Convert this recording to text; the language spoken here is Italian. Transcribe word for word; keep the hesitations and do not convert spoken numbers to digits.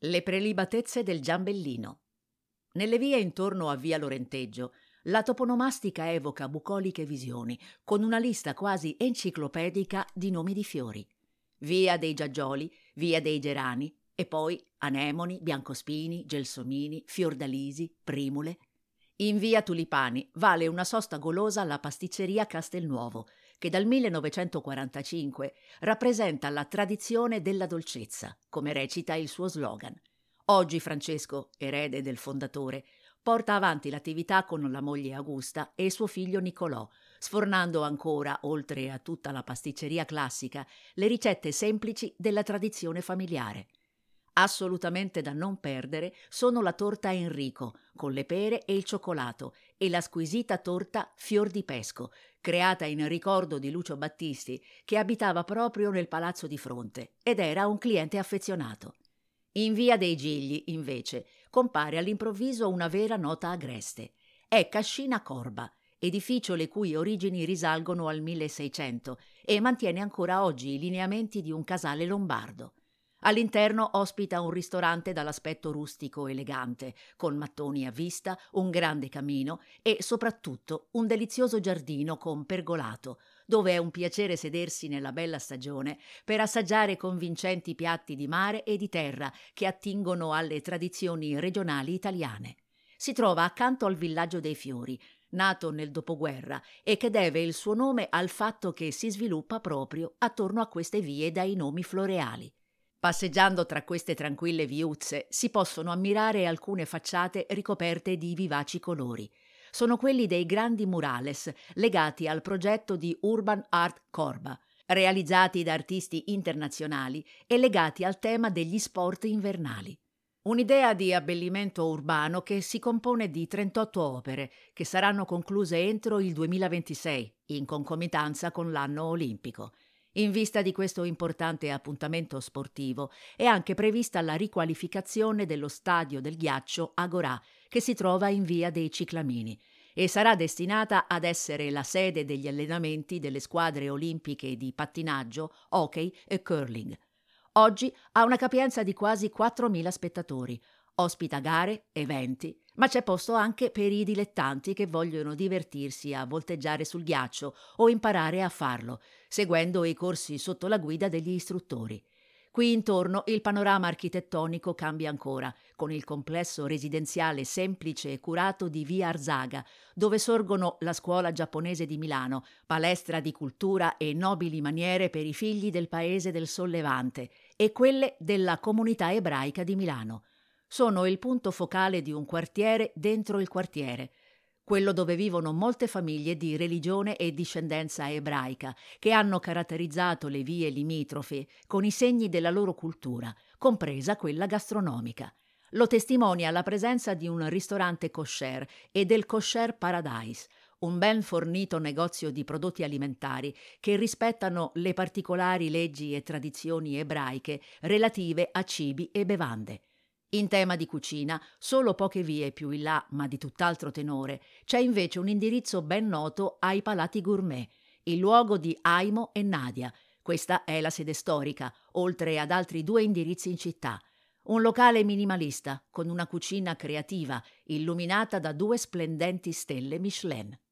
Le prelibatezze del Giambellino. Nelle vie intorno a via Lorenteggio, la toponomastica evoca bucoliche visioni, con una lista quasi enciclopedica di nomi di fiori. Via dei Giaggioli, via dei Gerani, e poi anemoni, biancospini, gelsomini, fiordalisi, primule. In via Tulipani vale una sosta golosa alla pasticceria Castelnuovo, che dal millenovecentoquarantacinque rappresenta la tradizione della dolcezza, come recita il suo slogan. Oggi Francesco, erede del fondatore, porta avanti l'attività con la moglie Augusta e suo figlio Nicolò, sfornando ancora, oltre a tutta la pasticceria classica, le ricette semplici della tradizione familiare. Assolutamente da non perdere sono la torta Enrico, con le pere e il cioccolato, e la squisita torta Fior di Pesco, creata in ricordo di Lucio Battisti, che abitava proprio nel palazzo di fronte ed era un cliente affezionato. In via dei Gigli, invece, compare all'improvviso una vera nota agreste. È Cascina Corba, edificio le cui origini risalgono al milleseicento e mantiene ancora oggi i lineamenti di un casale lombardo. All'interno ospita un ristorante dall'aspetto rustico elegante, con mattoni a vista, un grande camino e soprattutto un delizioso giardino con pergolato, dove è un piacere sedersi nella bella stagione per assaggiare convincenti piatti di mare e di terra che attingono alle tradizioni regionali italiane. Si trova accanto al Villaggio dei Fiori, nato nel dopoguerra e che deve il suo nome al fatto che si sviluppa proprio attorno a queste vie dai nomi floreali. Passeggiando tra queste tranquille viuzze si possono ammirare alcune facciate ricoperte di vivaci colori. Sono quelli dei grandi murales legati al progetto di Urban Art Corba, realizzati da artisti internazionali e legati al tema degli sport invernali. Un'idea di abbellimento urbano che si compone di trentotto opere che saranno concluse entro il duemilaventisei, in concomitanza con l'anno olimpico. In vista di questo importante appuntamento sportivo è anche prevista la riqualificazione dello stadio del ghiaccio Agorà, che si trova in via dei Ciclamini, e sarà destinata ad essere la sede degli allenamenti delle squadre olimpiche di pattinaggio, hockey e curling. Oggi ha una capienza di quasi quattromila spettatori, ospita gare, eventi, ma c'è posto anche per i dilettanti che vogliono divertirsi a volteggiare sul ghiaccio o imparare a farlo, seguendo i corsi sotto la guida degli istruttori. Qui intorno il panorama architettonico cambia ancora, con il complesso residenziale semplice e curato di via Arzaga, dove sorgono la scuola giapponese di Milano, palestra di cultura e nobili maniere per i figli del paese del Sollevante, e quelle della comunità ebraica di Milano. Sono il punto focale di un quartiere dentro il quartiere, quello dove vivono molte famiglie di religione e discendenza ebraica, che hanno caratterizzato le vie limitrofe con i segni della loro cultura, compresa quella gastronomica. Lo testimonia la presenza di un ristorante kosher e del Kosher Paradise, un ben fornito negozio di prodotti alimentari che rispettano le particolari leggi e tradizioni ebraiche relative a cibi e bevande. In tema di cucina, solo poche vie più in là, ma di tutt'altro tenore, c'è invece un indirizzo ben noto ai Palati Gourmet, il luogo di Aimo e Nadia. Questa è la sede storica, oltre ad altri due indirizzi in città. Un locale minimalista, con una cucina creativa, illuminata da due splendenti stelle Michelin.